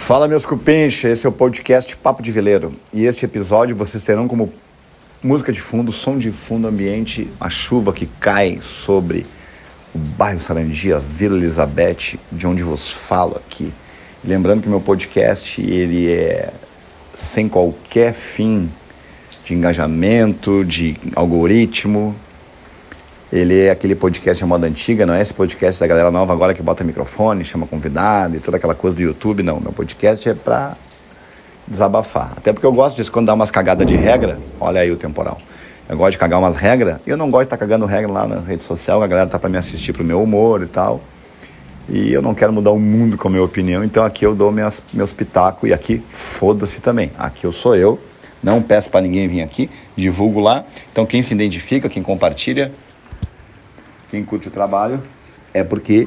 Fala, meus cupincha, esse é o podcast Papo de Veleiro. E este episódio vocês terão como música de fundo, som de fundo ambiente, a chuva que cai sobre o bairro Sarandia, Vila Elizabeth, de onde vos falo aqui. Lembrando que meu podcast, ele é sem qualquer fim de engajamento, de algoritmo. Ele é aquele podcast de moda antiga, não é esse podcast da galera nova agora que bota microfone, chama convidado e toda aquela coisa do YouTube, não. Meu podcast é pra desabafar. Até porque eu gosto disso, quando dá umas cagadas de regra, olha aí o temporal. Eu gosto de cagar umas regras, e eu não gosto de estar cagando regra lá na rede social, a galera tá pra me assistir pro meu humor e tal. E eu não quero mudar o mundo com a minha opinião, então aqui eu dou meus pitacos e aqui foda-se também. Aqui eu sou eu, não peço pra ninguém vir aqui, divulgo lá. Então quem se identifica, quem compartilha, quem curte o trabalho, é porque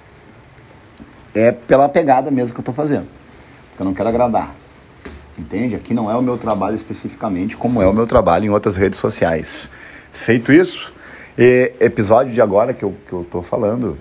é pela pegada mesmo que eu tô fazendo. Porque eu não quero agradar. Entende? Aqui não é o meu trabalho especificamente, como é o meu trabalho em outras redes sociais. Feito isso, episódio de agora que eu tô falando,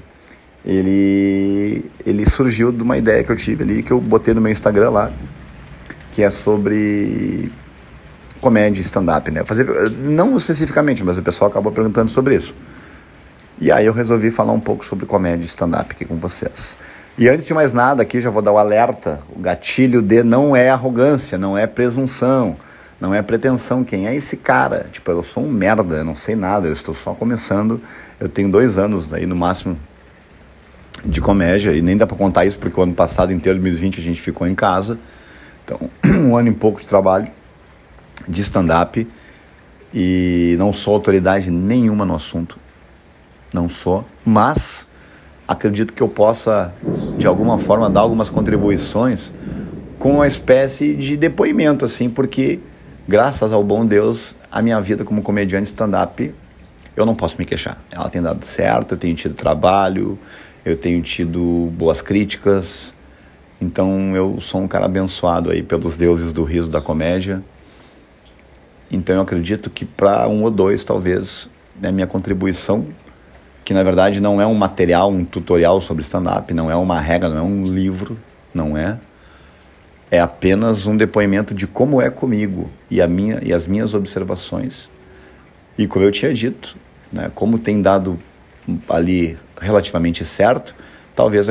ele surgiu de uma ideia que eu tive ali, que eu botei no meu Instagram lá, que é sobre comédia e stand-up, né? Não especificamente, mas o pessoal acabou perguntando sobre isso. E aí eu resolvi falar um pouco sobre comédia e stand-up aqui com vocês. E antes de mais nada aqui, já vou dar o alerta, o gatilho de não é arrogância, não é presunção, não é pretensão. Quem é esse cara? Tipo, eu sou um merda, eu não sei nada, eu estou só começando, eu tenho 2 anos aí no máximo de comédia, e nem dá pra contar isso porque o ano passado inteiro, 2020, a gente ficou em casa. Então, 1 ano e pouco de trabalho de stand-up, e não sou autoridade nenhuma no assunto. Não sou, mas acredito que eu possa, de alguma forma, dar algumas contribuições com uma espécie de depoimento, assim, porque, graças ao bom Deus, a minha vida como comediante stand-up, eu não posso me queixar. Ela tem dado certo, eu tenho tido trabalho, eu tenho tido boas críticas, então eu sou um cara abençoado aí pelos deuses do riso da comédia. Então eu acredito que para 1 ou 2, talvez, a minha contribuição, que na verdade não é um material, um tutorial sobre stand-up, não é uma regra, não é um livro, não é. É apenas um depoimento de como é comigo e as minhas observações. E como eu tinha dito, né, como tem dado ali relativamente certo, talvez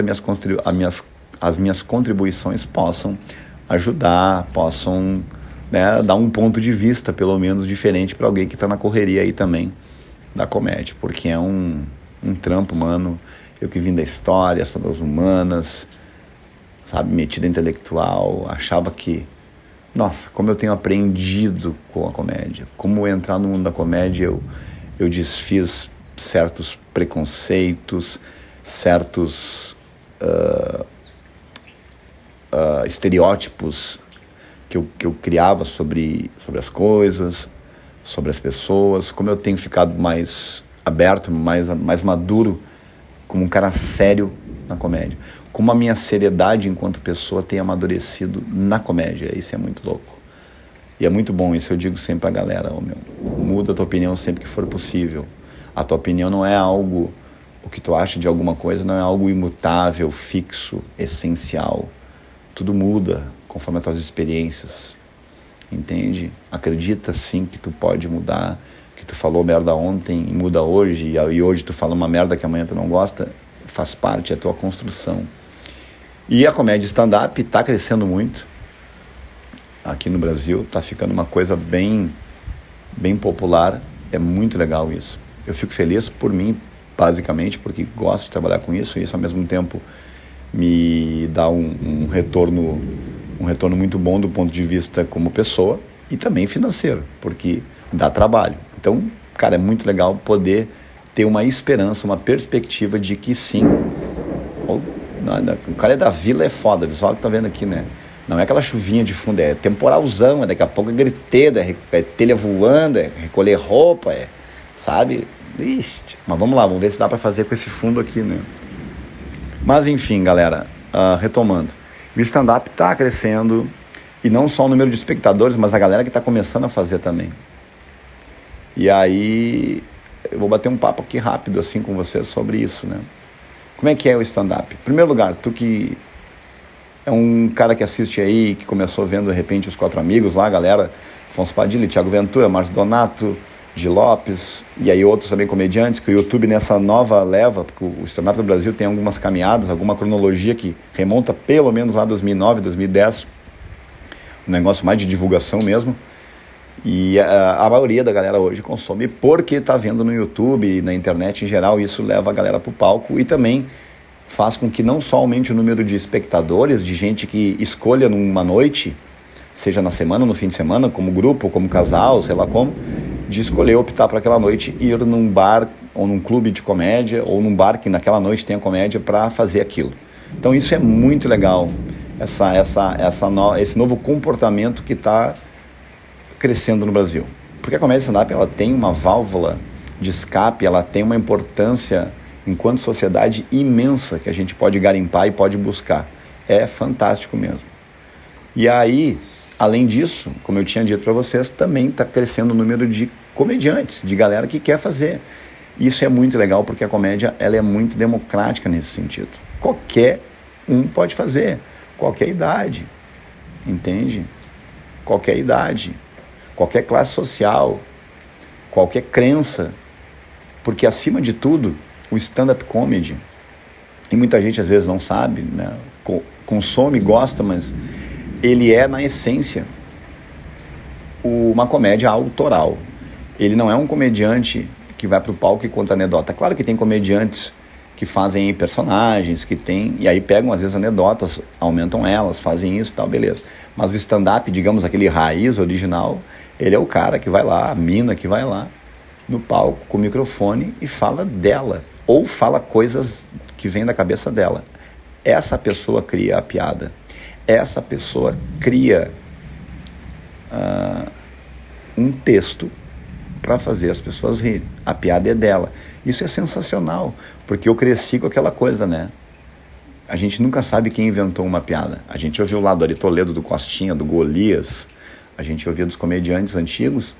as minhas contribuições possam ajudar, possam, né, dar um ponto de vista pelo menos diferente para alguém que está na correria aí também da comédia, porque é um trampo, mano. Eu que vim da história, sou das humanas, sabe, metida intelectual, achava que, nossa, como eu tenho aprendido com a comédia, como entrar no mundo da comédia, eu desfiz certos preconceitos, certos estereótipos que eu criava sobre as coisas, sobre as pessoas, como eu tenho ficado mais aberto, mais maduro, como um cara sério na comédia, como a minha seriedade enquanto pessoa tem amadurecido na comédia. Isso é muito louco e é muito bom. Isso eu digo sempre pra galera: muda a tua opinião sempre que for possível. A tua opinião não é algo, o que tu acha de alguma coisa não é algo imutável, fixo, essencial. Tudo muda conforme as tuas experiências, entende? Acredita sim que tu pode mudar, que tu falou merda ontem e muda hoje, e hoje tu fala uma merda que amanhã tu não gosta. Faz parte, é a tua construção. E a comédia stand-up está crescendo muito aqui no Brasil, está ficando uma coisa bem popular. É muito legal isso. Eu fico feliz por mim, basicamente, porque gosto de trabalhar com isso, e isso ao mesmo tempo me dá um retorno muito bom do ponto de vista como pessoa e também financeiro, porque dá trabalho. Então, cara, é muito legal poder ter uma esperança, uma perspectiva de que sim, o cara é da vila, é foda, visual que tá vendo aqui, né? Não é aquela chuvinha de fundo, é temporalzão, daqui a pouco é griteiro, é telha voando, é recolher roupa, sabe? Ixi, mas vamos lá, vamos ver se dá pra fazer com esse fundo aqui, né? Mas enfim, galera, retomando, o stand-up tá crescendo, e não só o número de espectadores, mas a galera que tá começando a fazer também. E aí eu vou bater um papo aqui rápido assim com vocês sobre isso, né? Como é que é o stand-up? Em primeiro lugar, tu que É um cara que assiste aí, que começou vendo de repente Os Quatro Amigos lá, galera, Afonso Padilha, Thiago Ventura, Márcio Donato, Di Lopes, e aí outros também comediantes, que o YouTube nessa nova leva, porque o stand-up do Brasil tem algumas caminhadas, alguma cronologia que remonta pelo menos lá 2009, 2010, um negócio mais de divulgação mesmo, e a maioria da galera hoje consome porque está vendo no YouTube e na internet em geral, e isso leva a galera para o palco e também faz com que não só aumente o número de espectadores, de gente que escolha numa noite, seja na semana, no fim de semana, como grupo, como casal, sei lá como, de escolher optar para aquela noite ir num bar ou num clube de comédia ou num bar que naquela noite tenha comédia para fazer aquilo. Então isso é muito legal, esse novo comportamento que está crescendo no Brasil. Porque a comédia stand-up ela tem uma válvula de escape, ela tem uma importância enquanto sociedade imensa que a gente pode garimpar e pode buscar. É fantástico mesmo. E aí, além disso, como eu tinha dito para vocês, também está crescendo o número de comediantes, de galera que quer fazer. Isso é muito legal porque a comédia ela é muito democrática nesse sentido. Qualquer um pode fazer, qualquer idade, entende? Qualquer idade, qualquer classe social, qualquer crença, porque acima de tudo, o stand-up comedy, e muita gente às vezes não sabe, né? Consome, gosta, mas ele é na essência uma comédia autoral. Ele não é um comediante que vai para o palco e conta anedota. Claro que tem comediantes que fazem personagens, que tem, e aí pegam às vezes anedotas, aumentam elas, fazem isso e tal, beleza. Mas o stand-up, digamos, aquele raiz original, ele é o cara que vai lá, a mina que vai lá no palco com o microfone e fala dela, ou fala coisas que vêm da cabeça dela. Essa pessoa cria a piada. Essa pessoa cria um texto para fazer as pessoas rirem. A piada é dela. Isso é sensacional, porque eu cresci com aquela coisa, né? A gente nunca sabe quem inventou uma piada. A gente ouviu lá do Ari Toledo, do Costinha, do Golias, a gente ouvia dos comediantes antigos,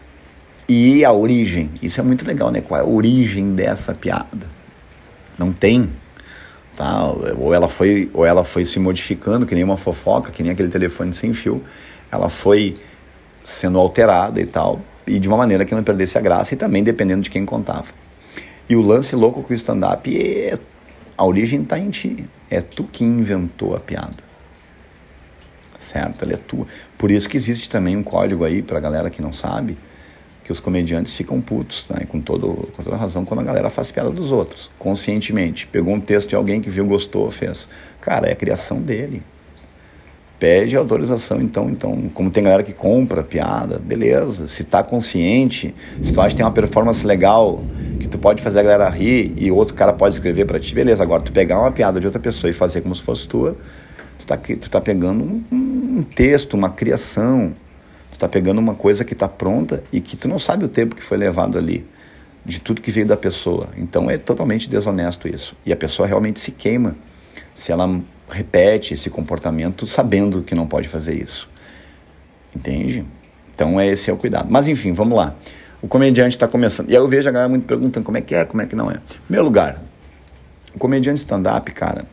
e a origem. Isso é muito legal, né? Qual é a origem dessa piada? Não tem, tá? Ou ela foi se modificando, que nem uma fofoca, que nem aquele telefone sem fio. Ela foi sendo alterada e tal, e de uma maneira que não perdesse a graça, e também dependendo de quem contava. E o lance louco com o stand-up é a origem está em ti. É tu que inventou a piada. Certo? Ela é tua. Por isso que existe também um código aí, pra galera que não sabe, que os comediantes ficam putos, né? com toda razão, quando a galera faz piada dos outros. Conscientemente. Pegou um texto de alguém que viu, gostou, fez. Cara, é a criação dele. Pede autorização, então, como tem galera que compra piada, beleza. Se tá consciente, se tu acha que tem uma performance legal, que tu pode fazer a galera rir e outro cara pode escrever pra ti, beleza. Agora, tu pegar uma piada de outra pessoa e fazer como se fosse tua, tu tá pegando um texto, uma criação. Tu tá pegando uma coisa que tá pronta e que tu não sabe o tempo que foi levado ali, de tudo que veio da pessoa. Então é totalmente desonesto isso. E a pessoa realmente se queima se ela repete esse comportamento sabendo que não pode fazer isso. Entende? Então esse é o cuidado. Mas enfim, vamos lá. O comediante está começando. E aí eu vejo a galera muito perguntando como é que não é. Em primeiro lugar, o comediante stand-up, cara,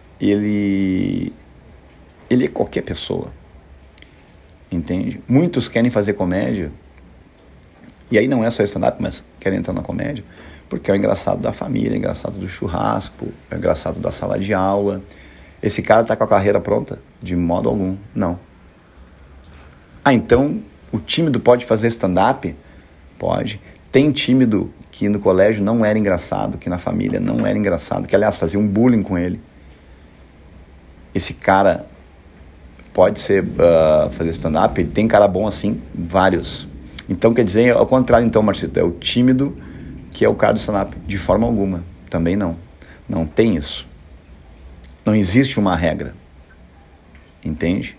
ele é qualquer pessoa. Entende? Muitos querem fazer comédia, e aí não é só stand-up, mas querem entrar na comédia, porque é o engraçado da família, é o engraçado do churrasco, é o engraçado da sala de aula. Esse cara tá com a carreira pronta? De modo algum, não. Ah, então o tímido pode fazer stand-up? Pode. Tem tímido que no colégio não era engraçado, que na família não era engraçado, que aliás fazia um bullying com ele. Esse cara pode ser fazer stand-up, ele tem cara bom assim, vários. Então quer dizer, ao contrário então, Marcito, é o tímido que é o cara do stand-up. De forma alguma, também não. Não tem isso. Não existe uma regra. Entende?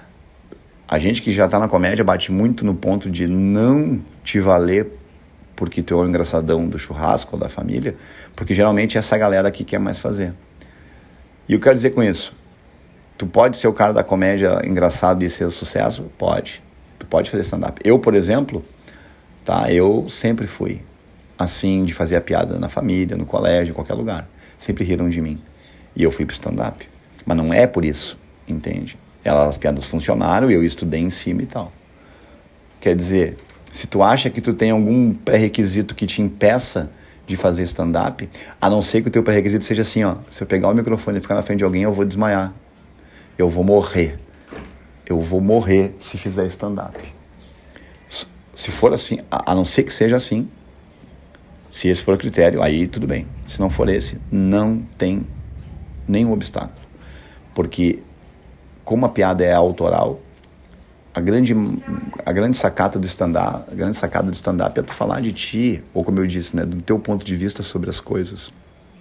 A gente que já está na comédia bate muito no ponto de não te valer porque tu é o engraçadão do churrasco ou da família, porque geralmente é essa galera que quer mais fazer. E eu quero dizer com isso, tu pode ser o cara da comédia engraçado e ser sucesso? Pode. Tu pode fazer stand-up. Eu, por exemplo, tá, eu sempre fui assim, de fazer a piada na família, no colégio, em qualquer lugar. Sempre riram de mim. E eu fui pro stand-up. Mas não é por isso. entende? As piadas funcionaram, eu estudei em cima e tal. Quer dizer, se tu acha que tu tem algum pré-requisito que te impeça de fazer stand-up, a não ser que o teu pré-requisito seja assim, ó, se eu pegar o microfone e ficar na frente de alguém, eu vou desmaiar. Eu vou morrer. Eu vou morrer se fizer stand-up. Se for assim, a não ser que seja assim, se esse for o critério, aí tudo bem. Se não for esse, não tem nenhum obstáculo. Porque, como a piada é autoral, a grande sacada do stand-up é tu falar de ti, ou como eu disse, né, do teu ponto de vista sobre as coisas.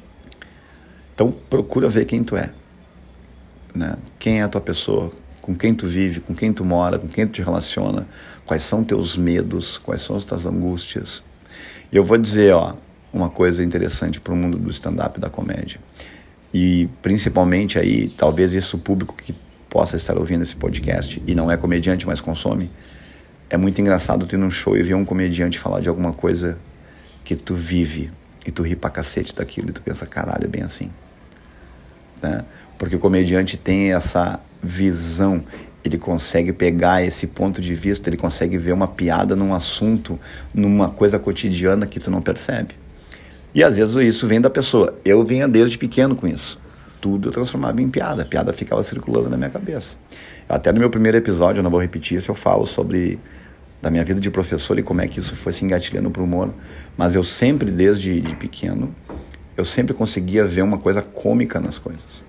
Então, procura ver quem tu é, né? Quem é a tua pessoa, com quem tu vive, com quem tu mora, com quem tu te relaciona, quais são teus medos, quais são as tuas angústias. E eu vou dizer, ó, uma coisa interessante para o mundo do stand-up, da comédia. E principalmente aí, talvez isso o público que possa estar ouvindo esse podcast e não é comediante, mas consome, é muito engraçado tu ir num show e ver um comediante falar de alguma coisa que tu vive e tu ri pra cacete daquilo e tu pensa, caralho, é bem assim, né? Porque o comediante tem essa visão, ele consegue pegar esse ponto de vista, ele consegue ver uma piada num assunto, numa coisa cotidiana que tu não percebe. E às vezes isso vem da pessoa. Eu vinha desde pequeno com isso. Tudo eu transformava em piada. A piada ficava circulando na minha cabeça. Até no meu primeiro episódio, eu não vou repetir isso, eu falo sobre da minha vida de professor e como é que isso foi se engatilhando pro humor. Mas eu sempre, desde pequeno, eu sempre conseguia ver uma coisa cômica nas coisas.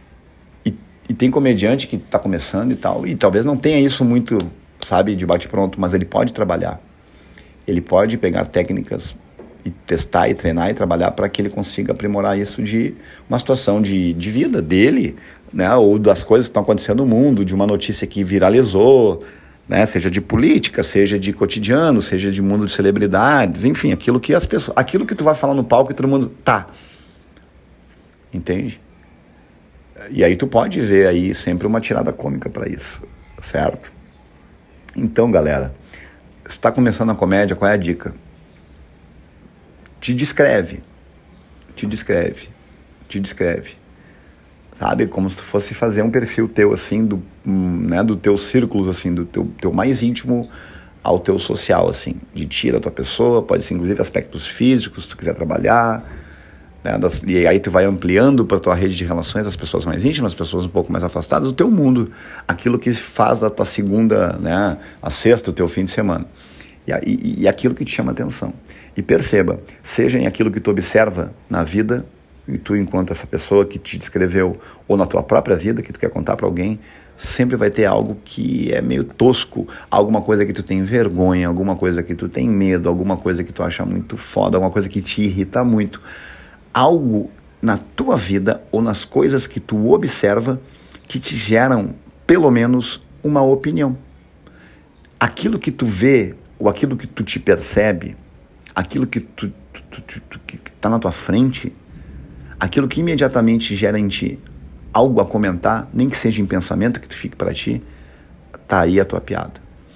E tem comediante que está começando e tal, e talvez não tenha isso muito, sabe, de bate-pronto, mas ele pode trabalhar. Ele pode pegar técnicas e testar e treinar e trabalhar para que ele consiga aprimorar isso de uma situação de vida dele, né, ou das coisas que estão acontecendo no mundo, de uma notícia que viralizou, né, seja de política, seja de cotidiano, seja de mundo de celebridades, enfim, aquilo que tu vai falar no palco e todo mundo tá, entende? E aí tu pode ver aí sempre uma tirada cômica para isso, certo? Então, galera, se está começando a comédia, qual é a dica? Te descreve, sabe? Como se tu fosse fazer um perfil teu, assim, do teu círculo, assim, do teu mais íntimo ao teu social, assim, de ti, da tua pessoa, pode ser inclusive aspectos físicos, se tu quiser trabalhar, né? E aí tu vai ampliando para tua rede de relações as pessoas mais íntimas, as pessoas um pouco mais afastadas do teu mundo, aquilo que faz da tua segunda, né, a sexta, o teu fim de semana. E aquilo que te chama atenção. E perceba, seja em aquilo que tu observa na vida, e tu enquanto essa pessoa que te descreveu, ou na tua própria vida, que tu quer contar para alguém, sempre vai ter algo que é meio tosco, alguma coisa que tu tem vergonha, alguma coisa que tu tem medo, alguma coisa que tu acha muito foda, alguma coisa que te irrita muito. Algo na tua vida ou nas coisas que tu observa que te geram, pelo menos, uma opinião. Aquilo que tu vê ou aquilo que tu te percebe, aquilo que que está na tua frente, aquilo que imediatamente gera em ti algo a comentar, nem que seja em pensamento que tu fique para ti, tá aí a tua piada.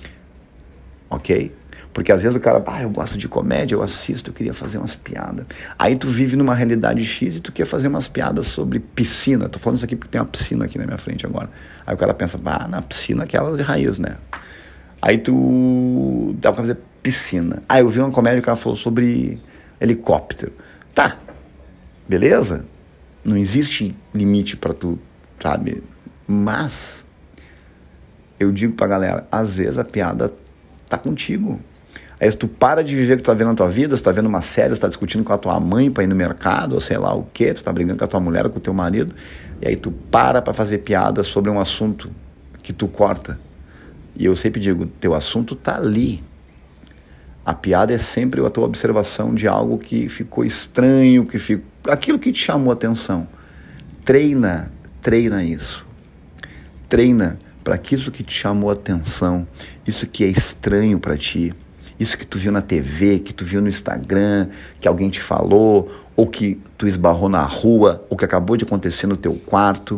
Ok? Porque às vezes o cara, eu gosto de comédia, eu assisto, eu queria fazer umas piadas. Aí tu vive numa realidade X e tu quer fazer umas piadas sobre piscina. Tô falando isso aqui porque tem uma piscina aqui na minha frente agora. Aí o cara pensa, na piscina aquela de raiz, né? Aí tu dá pra fazer piscina. Aí eu vi uma comédia que o cara falou sobre helicóptero. Tá, beleza? Não existe limite pra tu, sabe? Mas eu digo pra galera, às vezes a piada tá contigo. Aí se tu para de viver o que tu tá vendo na tua vida, se tu tá vendo uma série, se tu tá discutindo com a tua mãe pra ir no mercado, ou sei lá o quê, tu tá brigando com a tua mulher ou com o teu marido, e aí tu para pra fazer piada sobre um assunto que tu corta. E eu sempre digo, teu assunto tá ali. A piada é sempre a tua observação de algo que ficou estranho, aquilo que te chamou a atenção. Treina isso. Treina para que isso que te chamou a atenção, isso que é estranho para ti, isso que tu viu na TV, que tu viu no Instagram, que alguém te falou, ou que tu esbarrou na rua, ou que acabou de acontecer no teu quarto.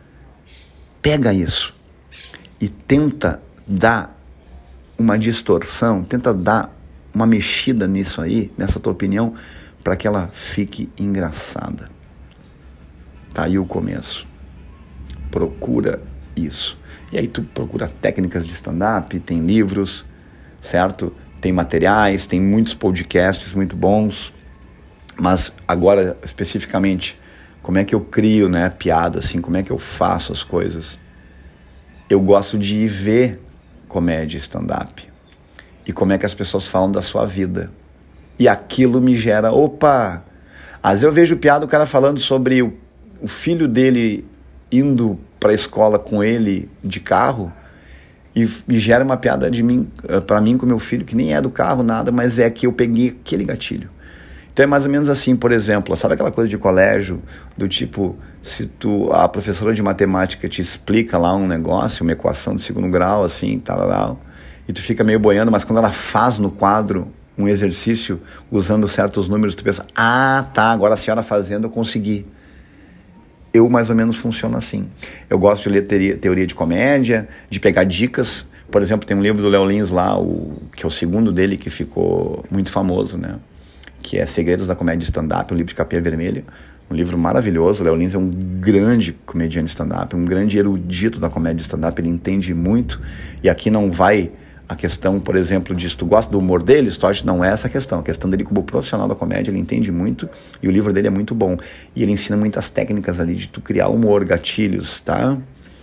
Pega isso e tenta dar uma distorção, tenta dar uma mexida nisso aí, nessa tua opinião, para que ela fique engraçada. Tá aí o começo. Procura isso. E aí tu procura técnicas de stand-up, tem livros, certo? Tem materiais, tem muitos podcasts muito bons. Mas agora, especificamente, como é que eu crio, né, piada, assim, como é que eu faço as coisas? Eu gosto de ir ver comédia stand-up. E como é que as pessoas falam da sua vida. E aquilo me gera, opa! Às vezes eu vejo piada, o cara falando sobre o filho dele indo para a escola com ele de carro, e me gera uma piada de mim, para mim com meu filho, que nem é do carro, nada, mas é que eu peguei aquele gatilho. Então é mais ou menos assim, por exemplo, sabe aquela coisa de colégio, do tipo, se a professora de matemática te explica lá um negócio, uma equação de segundo grau, assim, tal, e tu fica meio boiando, mas quando ela faz no quadro um exercício usando certos números, tu pensa, tá, agora a senhora fazendo eu consegui. Eu mais ou menos funciono assim. Eu gosto de ler teoria de comédia, de pegar dicas. Por exemplo, tem um livro do Léo Lins lá, que é o segundo dele, que ficou muito famoso, né? Que é Segredos da Comédia Stand-Up, um livro de capinha vermelha. Um livro maravilhoso. O Léo Lins é um grande comediante stand-up, um grande erudito da comédia stand-up. Ele entende muito. E aqui não vai a questão, por exemplo, de se tu gosta do humor dele, não é essa a questão. A questão dele como profissional da comédia, ele entende muito e o livro dele é muito bom. E ele ensina muitas técnicas ali de tu criar humor, gatilhos, tá?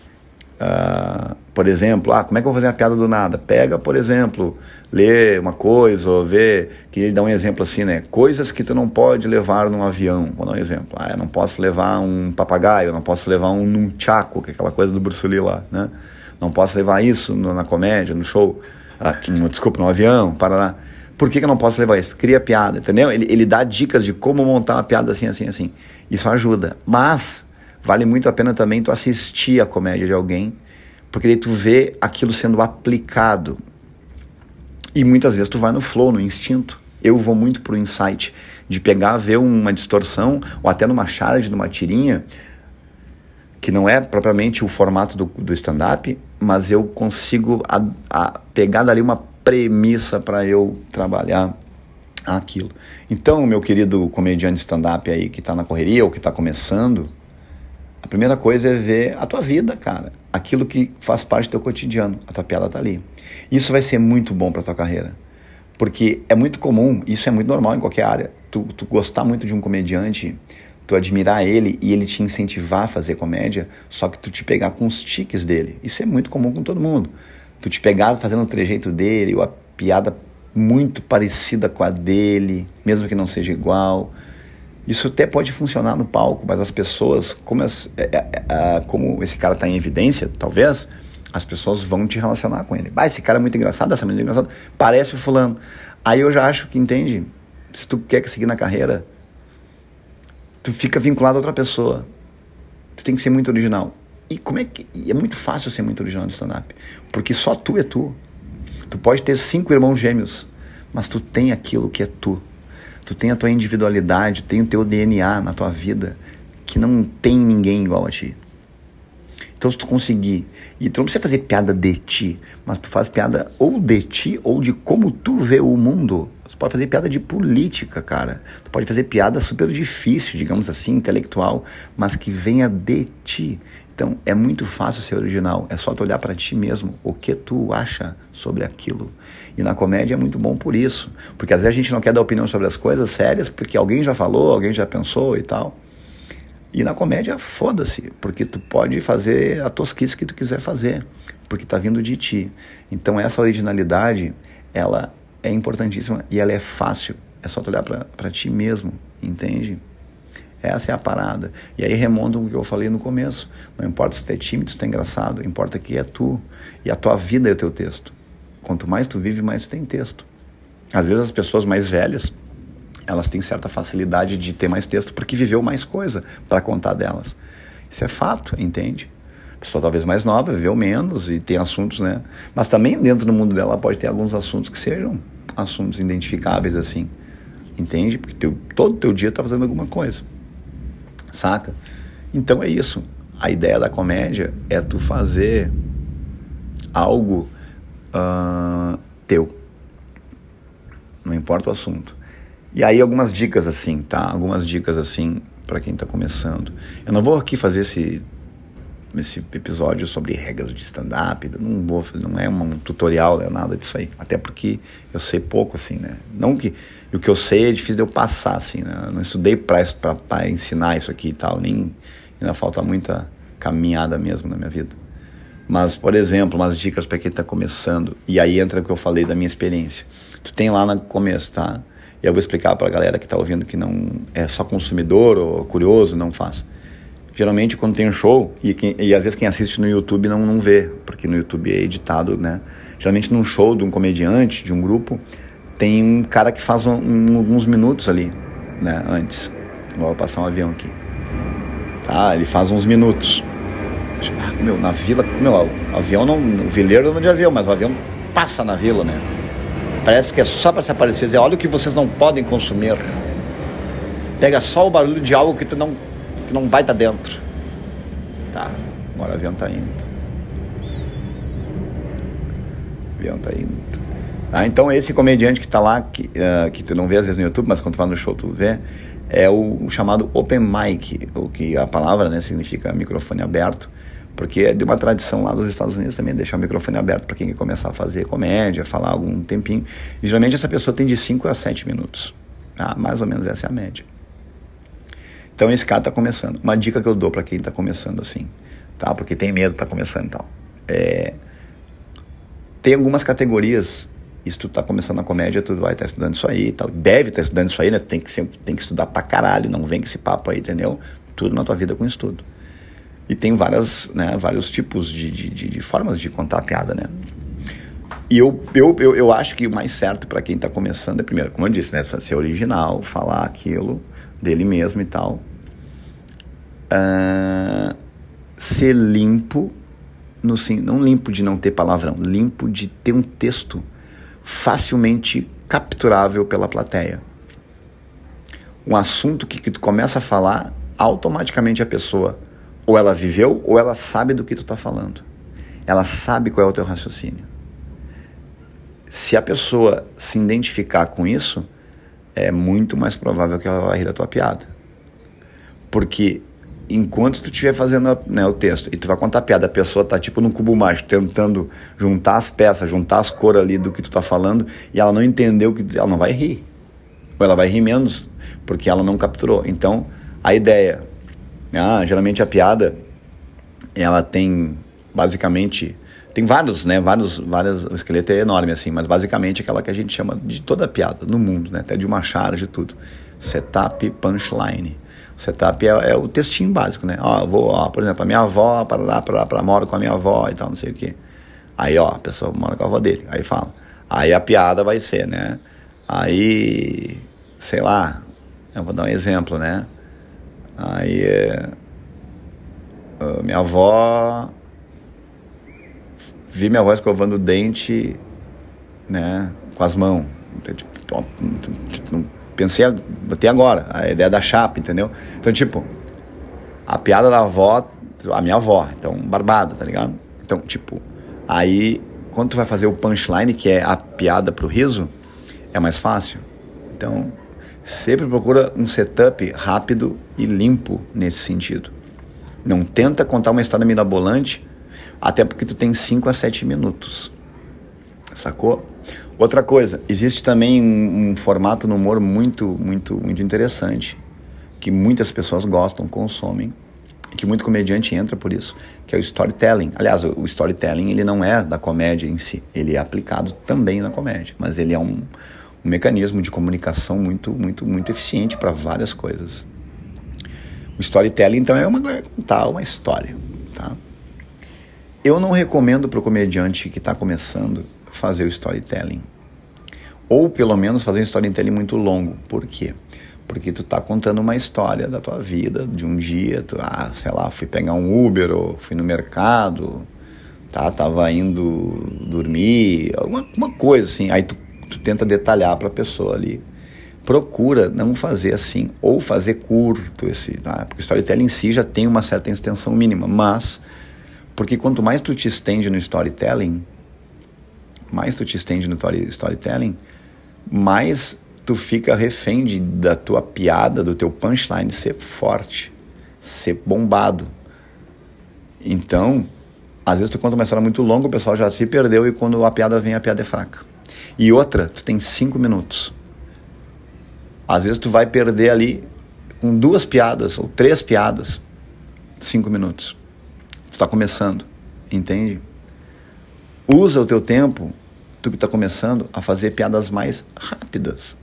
Por exemplo, como é que eu vou fazer uma piada do nada? Pega, por exemplo, lê uma coisa ou vê, que ele dá um exemplo assim, né? Coisas que tu não pode levar num avião. Vou dar um exemplo. Eu não posso levar um papagaio, eu não posso levar um nunchaku, que é aquela coisa do Bruce Lee lá, né? Não posso levar isso na comédia, no show, no avião, para lá. Por que eu não posso levar isso? Cria piada, entendeu? Ele dá dicas de como montar uma piada assim, assim, assim. Isso ajuda. Mas vale muito a pena também tu assistir a comédia de alguém, porque daí tu vê aquilo sendo aplicado. E muitas vezes tu vai no flow, no instinto. Eu vou muito pro insight de pegar, ver uma distorção, ou até numa charge, numa tirinha, que não é propriamente o formato do stand-up, mas eu consigo pegar dali uma premissa para eu trabalhar aquilo. Então, meu querido comediante stand-up aí que está na correria ou que está começando, a primeira coisa é ver a tua vida, cara. Aquilo que faz parte do teu cotidiano. A tua piada tá ali. Isso vai ser muito bom para tua carreira. Porque é muito comum, isso é muito normal em qualquer área. Tu gostar muito de um comediante, tu admirar ele e ele te incentivar a fazer comédia, só que tu te pegar com os tiques dele. Isso é muito comum com todo mundo. Tu te pegar fazendo o trejeito dele, ou a piada muito parecida com a dele, mesmo que não seja igual. Isso até pode funcionar no palco, mas as pessoas, como esse cara está em evidência, talvez, as pessoas vão te relacionar com ele. Esse cara é muito engraçado, essa menina é engraçada, parece o fulano. Aí eu já acho que, entende, se tu quer seguir na carreira, tu fica vinculado a outra pessoa. Tu tem que ser muito original. E é muito fácil ser muito original no stand-up. Porque só tu é tu. Tu pode ter 5 irmãos gêmeos, mas tu tem aquilo que é tu. Tu tem a tua individualidade, tem o teu DNA na tua vida, que não tem ninguém igual a ti. Então se tu conseguir, e tu não precisa fazer piada de ti, mas tu faz piada ou de ti, ou de como tu vê o mundo. Tu pode fazer piada de política, cara. Tu pode fazer piada super difícil, digamos assim, intelectual, mas que venha de ti. Então é muito fácil ser original, é só tu olhar para ti mesmo, o que tu acha sobre aquilo. E na comédia é muito bom por isso, porque às vezes a gente não quer dar opinião sobre as coisas sérias, porque alguém já falou, alguém já pensou e tal. E na comédia, foda-se, porque tu pode fazer a tosquice que tu quiser fazer, porque tá vindo de ti. Então essa originalidade, ela é importantíssima e ela é fácil, é só tu olhar para ti mesmo, entende? Essa é a parada. E aí remonta o que eu falei no começo. Não importa se tu é tímido, se tu é engraçado, importa que é tu. E a tua vida é o teu texto. Quanto mais tu vive, mais tu tem texto. Às vezes as pessoas mais velhas, elas têm certa facilidade de ter mais texto porque viveu mais coisa para contar delas. Isso é fato, entende? A pessoa talvez mais nova, viveu menos e tem assuntos, né? Mas também dentro do mundo dela pode ter alguns assuntos que sejam assuntos identificáveis, assim. Entende? Porque todo teu dia tá fazendo alguma coisa. Saca? Então é isso. A ideia da comédia é tu fazer algo teu. Não importa o assunto. E aí algumas dicas assim, tá? Algumas dicas assim para quem tá começando. Eu não vou aqui fazer esse episódio sobre regras de stand-up. Não é um tutorial, não é nada disso aí. Até porque eu sei pouco, assim, né? Não que o que eu sei é difícil de eu passar, assim, né? Eu não estudei para ensinar isso aqui e tal, ainda falta muita caminhada mesmo na minha vida. Mas, por exemplo, umas dicas para quem está começando, e aí entra o que eu falei da minha experiência. Tu tem lá no começo, tá? E eu vou explicar para a galera que está ouvindo que não é só consumidor ou curioso, não faz. Geralmente quando tem um show, e às vezes quem assiste no YouTube não vê, porque no YouTube é editado, né? Geralmente num show de um comediante, de um grupo, tem um cara que faz alguns minutos ali, né? Antes. Vou passar um avião aqui. Tá? Ele faz uns minutos. Na vila, o avião não, o vileiro não é de avião, mas o avião passa na vila, né? Parece que é só para se aparecer e dizer, olha o que vocês não podem consumir. Pega só o barulho de algo que tu não vai estar dentro. Tá, agora o avião tá indo. Ah, então esse comediante que tá lá, que tu não vê às vezes no YouTube, mas quando tu vai no show tu vê, é o chamado open mic, o que a palavra, né, significa microfone aberto, porque é de uma tradição lá dos Estados Unidos também deixar o microfone aberto para quem quer começar a fazer comédia, falar algum tempinho. E geralmente essa pessoa tem de 5 a 7 minutos. Ah, mais ou menos essa é a média. Então esse cara está começando. Uma dica que eu dou para quem está começando assim, tá? Porque tem medo de estar começando e tal. Tem algumas categorias. E se tu tá começando a comédia, tu vai estar estudando isso aí e tal. Deve estar estudando isso aí, né? Tem que estudar pra caralho. Não vem com esse papo aí, entendeu? Tudo na tua vida com estudo. E tem vários tipos de formas de contar a piada, né? E eu acho que o mais certo para quem está começando é, primeiro, como eu disse, né? Ser original, falar aquilo dele mesmo e tal. Ser limpo, não limpo de não ter palavrão, limpo de ter um texto facilmente capturável pela plateia. Um assunto que tu começa a falar, automaticamente a pessoa ou ela viveu ou ela sabe do que tu tá falando. Ela sabe qual é o teu raciocínio. Se a pessoa se identificar com isso, é muito mais provável que ela vai rir da tua piada. Porque enquanto tu estiver fazendo, né, o texto e tu vai contar a piada, a pessoa tá tipo num cubo mágico, tentando juntar as peças, juntar as cores ali do que tu tá falando, e ela não entendeu, ela não vai rir. Ou ela vai rir menos, porque ela não capturou. Então, a ideia, geralmente a piada, ela tem, basicamente, tem vários, o esqueleto é enorme assim, mas basicamente aquela que a gente chama de toda a piada no mundo, né, até de uma charge e tudo. Setup, punchline. Setup é o textinho básico, né? Por exemplo, a minha avó, moro com a minha avó e tal, não sei o quê. Aí, a pessoa mora com a avó dele, aí fala. Aí a piada vai ser, né? Aí, sei lá, eu vou dar um exemplo, né? Aí, minha avó, vi minha avó escovando o dente, né? Com as mãos. Pensei até agora, a ideia da chapa, entendeu? Então, tipo, a piada da avó, a minha avó, então, barbada, tá ligado? Então, tipo, aí, quando tu vai fazer o punchline, que é a piada pro riso, é mais fácil. Então, sempre procura um setup rápido e limpo nesse sentido. Não tenta contar uma história mirabolante, até porque tu tem 5 a 7 minutos. Sacou? Outra coisa, existe também um formato no humor muito, muito, muito interessante, que muitas pessoas gostam, consomem, e que muito comediante entra por isso, que é o storytelling. Aliás, o storytelling, ele não é da comédia em si, ele é aplicado também na comédia, mas ele é um mecanismo de comunicação muito, muito, muito eficiente para várias coisas. O storytelling, então, é contar uma história, tá? Eu não recomendo para o comediante que está começando fazer o storytelling. Ou, pelo menos, fazer um storytelling muito longo. Por quê? Porque tu tá contando uma história da tua vida, de um dia, fui pegar um Uber, ou fui no mercado, tava indo dormir, alguma coisa assim. Aí tu tenta detalhar para a pessoa ali. Procura não fazer assim, ou fazer curto porque o storytelling em si já tem uma certa extensão mínima, mas porque quanto mais tu te estende no storytelling, mais tu fica refém da tua piada, do teu punchline ser forte, ser bombado. Então, às vezes tu conta uma história muito longa, o pessoal já se perdeu e quando a piada vem, a piada é fraca. E outra, tu tem 5 minutos. Às vezes tu vai perder ali com 2 piadas ou 3 piadas, 5 minutos. Tu tá começando, entende? Usa o teu tempo, tu que tá começando, a fazer piadas mais rápidas.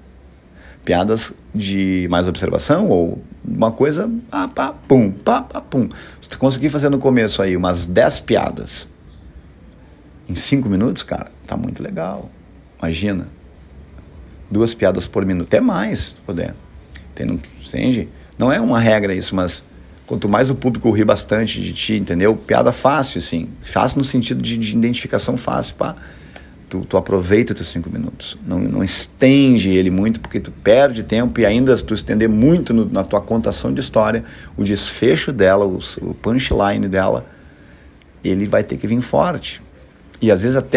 Piadas de mais observação ou uma coisa, pum. Se tu conseguir fazer no começo aí umas 10 piadas em 5 minutos, cara, tá muito legal. Imagina. 2 piadas por minuto, até mais, se puder. Entende? Não é uma regra isso, mas quanto mais o público rir bastante de ti, entendeu? Piada fácil, assim. Fácil no sentido de identificação fácil, Tu aproveita os teus 5 minutos. Não estende ele muito, porque tu perde tempo e ainda se tu estender muito na tua contação de história, o desfecho dela, o punchline dela, ele vai ter que vir forte. E às vezes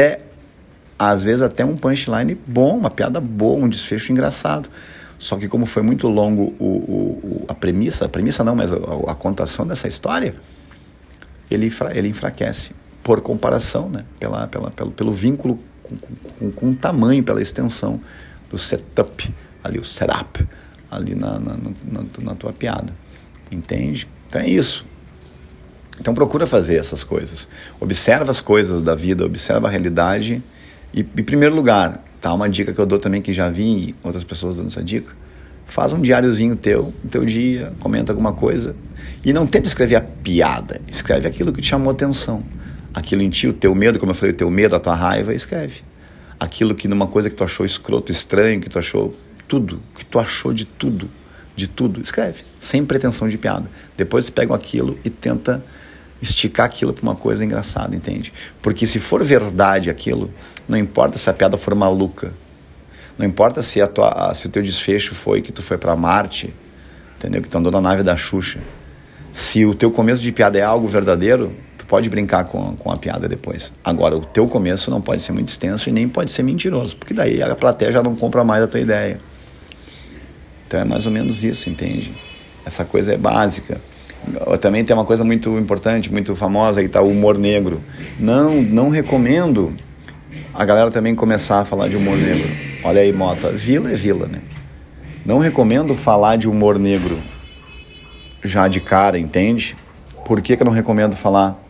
até um punchline bom, uma piada boa, um desfecho engraçado. Só que como foi muito longo a premissa não, mas a contação dessa história, ele enfraquece por comparação, né? Pelo vínculo com o tamanho, pela extensão do setup, ali o setup, ali na tua piada. Entende? Então é isso. Então procura fazer essas coisas. Observa as coisas da vida, observa a realidade e, em primeiro lugar, tá? Uma dica que eu dou também, que já vi outras pessoas dando essa dica, faz um diáriozinho teu dia, comenta alguma coisa e não tenta escrever a piada, escreve aquilo que te chamou atenção. Aquilo em ti, o teu medo, como eu falei, o teu medo, a tua raiva, escreve. Aquilo que numa coisa que tu achou escroto, estranho, que tu achou tudo, que tu achou de tudo, escreve. Sem pretensão de piada. Depois tu pega aquilo e tenta esticar aquilo para uma coisa engraçada, entende? Porque se for verdade aquilo, não importa se a piada for maluca, não importa se o teu desfecho foi que tu foi para Marte, entendeu? Que tu andou na nave da Xuxa. Se o teu começo de piada é algo verdadeiro, pode brincar com a piada depois. Agora, o teu começo não pode ser muito extenso e nem pode ser mentiroso, porque daí a plateia já não compra mais a tua ideia. Então é mais ou menos isso, entende? Essa coisa é básica. Também tem uma coisa muito importante, muito famosa, que tá o humor negro. Não recomendo a galera também começar a falar de humor negro. Olha aí, Mota, vila é vila, né? Não recomendo falar de humor negro já de cara, entende? Por que eu não recomendo falar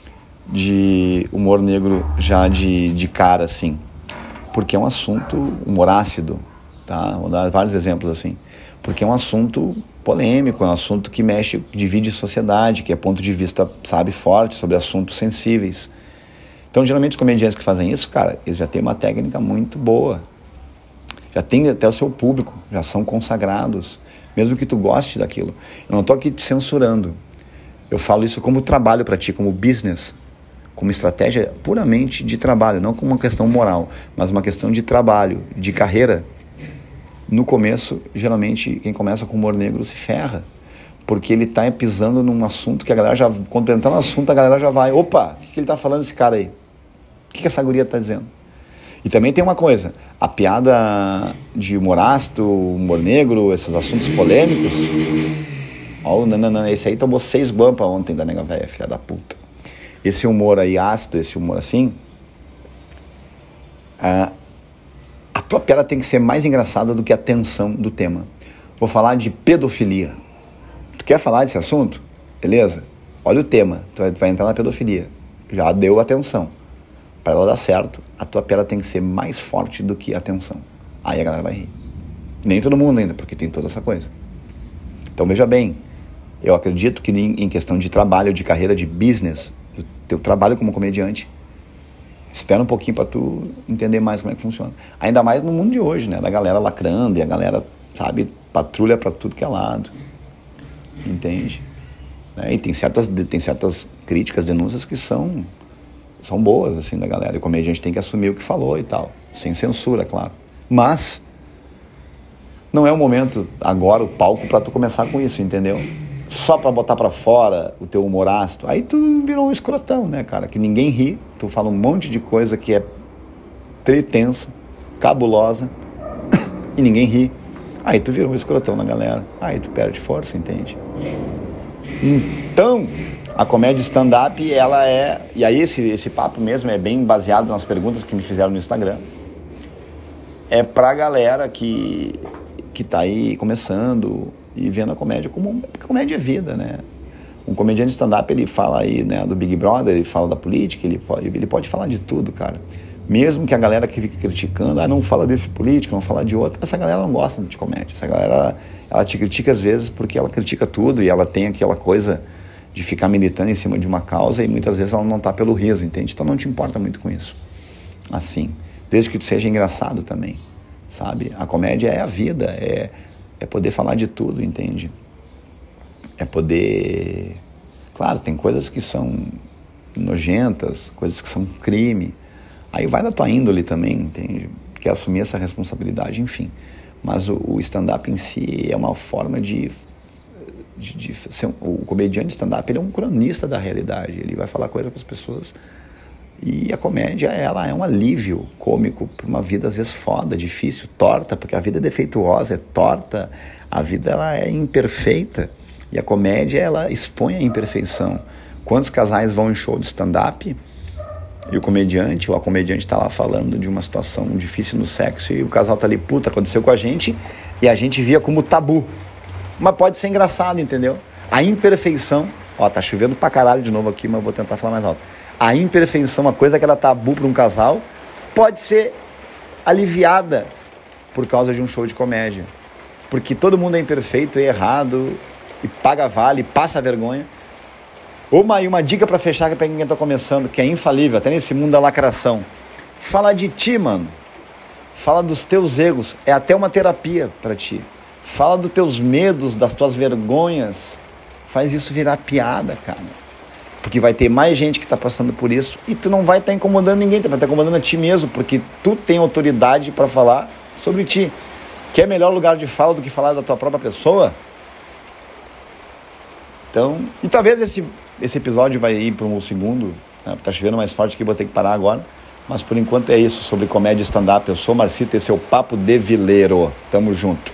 de humor negro já de cara, assim? Porque é um assunto, humor ácido, tá? Vou dar vários exemplos, assim. Porque é um assunto polêmico, é um assunto que mexe, divide sociedade, que é ponto de vista, sabe, forte sobre assuntos sensíveis. Então, geralmente, os comediantes que fazem isso, cara, eles já têm uma técnica muito boa. Já tem até o seu público, já são consagrados, mesmo que tu goste daquilo. Eu não tô aqui te censurando. Eu falo isso como trabalho para ti, como business, como estratégia puramente de trabalho, não como uma questão moral, mas uma questão de trabalho, de carreira. No começo, geralmente, quem começa com humor negro se ferra, porque ele está pisando num assunto que a galera já, quando tu entrar no assunto, a galera já vai, opa, o que ele está falando esse cara aí? O que essa guria está dizendo? E também tem uma coisa, a piada de humor ácido, humor negro, esses assuntos polêmicos, esse aí tomou 6 bampas ontem da nega velha, filha da puta. Esse humor aí ácido, esse humor assim, a tua piada tem que ser mais engraçada do que a tensão do tema. Vou falar de pedofilia. Tu quer falar desse assunto? Beleza? Olha o tema, tu vai entrar na pedofilia. Já deu atenção. Para ela dar certo, a tua piada tem que ser mais forte do que a tensão. Aí a galera vai rir. Nem todo mundo ainda, porque tem toda essa coisa. Então veja bem, eu acredito que em questão de trabalho, de carreira, de business, do teu trabalho como comediante, espera um pouquinho para tu entender mais como é que funciona. Ainda mais no mundo de hoje, né? Da galera lacrando e a galera, sabe, patrulha para tudo que é lado. Entende? E tem certas críticas, denúncias que são boas, assim, da galera. E o comediante tem que assumir o que falou e tal. Sem censura, claro. Mas não é o momento, agora, o palco, para tu começar com isso, entendeu? Só para botar para fora o teu humor ácido. Aí tu virou um escrotão, né, cara? Que ninguém ri. Tu fala um monte de coisa que é tritensa, cabulosa, e ninguém ri. Aí tu virou um escrotão na galera. Aí tu perde força, entende? Então, A comédia stand-up, ela é... E aí esse papo mesmo é bem baseado nas perguntas que me fizeram no Instagram. É pra galera que tá aí começando e vendo a comédia como... Porque comédia é vida, né? Um comediante stand-up, ele fala aí, né, do Big Brother, ele fala da política, ele pode falar de tudo, cara. Mesmo que a galera que fica criticando, não fala desse político, não fala de outro, essa galera não gosta de comédia. Essa galera, ela te critica às vezes porque ela critica tudo e ela tem aquela coisa de ficar militando em cima de uma causa e muitas vezes ela não tá pelo riso, entende? Então não te importa muito com isso. Assim, desde que tu seja engraçado também, sabe? A comédia é a vida, é poder falar de tudo, entende? É poder... Claro, tem coisas que são nojentas, coisas que são crime. Aí vai da tua índole também, entende? Quer assumir essa responsabilidade, enfim. Mas o stand-up em si é uma forma de ser o comediante stand-up, ele é um cronista da realidade. Ele vai falar coisa para as pessoas. E a comédia, ela é um alívio cômico para uma vida às vezes foda, difícil, torta, porque a vida é defeituosa, é torta, a vida ela é imperfeita. E a comédia, ela expõe a imperfeição. Quantos casais vão em show de stand-up e o comediante, ou a comediante tá lá falando de uma situação difícil no sexo e o casal tá ali, puta, aconteceu com a gente e a gente via como tabu. Mas pode ser engraçado, entendeu? A imperfeição, tá chovendo pra caralho de novo aqui, mas eu vou tentar falar mais alto. A imperfeição, uma coisa que era tabu para um casal, pode ser aliviada por causa de um show de comédia. Porque todo mundo é imperfeito, é errado, e paga vale, passa vergonha. Uma dica pra fechar, que é pra quem tá começando, que é infalível, até nesse mundo da lacração. Fala de ti, mano. Fala dos teus egos. É até uma terapia pra ti. Fala dos teus medos, das tuas vergonhas. Faz isso virar piada, cara. Porque vai ter mais gente que tá passando por isso e tu não vai estar incomodando ninguém, tu vai estar incomodando a ti mesmo, porque tu tem autoridade pra falar sobre ti. Quer melhor lugar de fala do que falar da tua própria pessoa? Então, e talvez esse episódio vai ir para um segundo, né? Tá chovendo mais forte que vou ter que parar agora, mas por enquanto é isso sobre comédia stand-up. Eu sou Marcito, esse é o Papo de Vileiro. Tamo junto.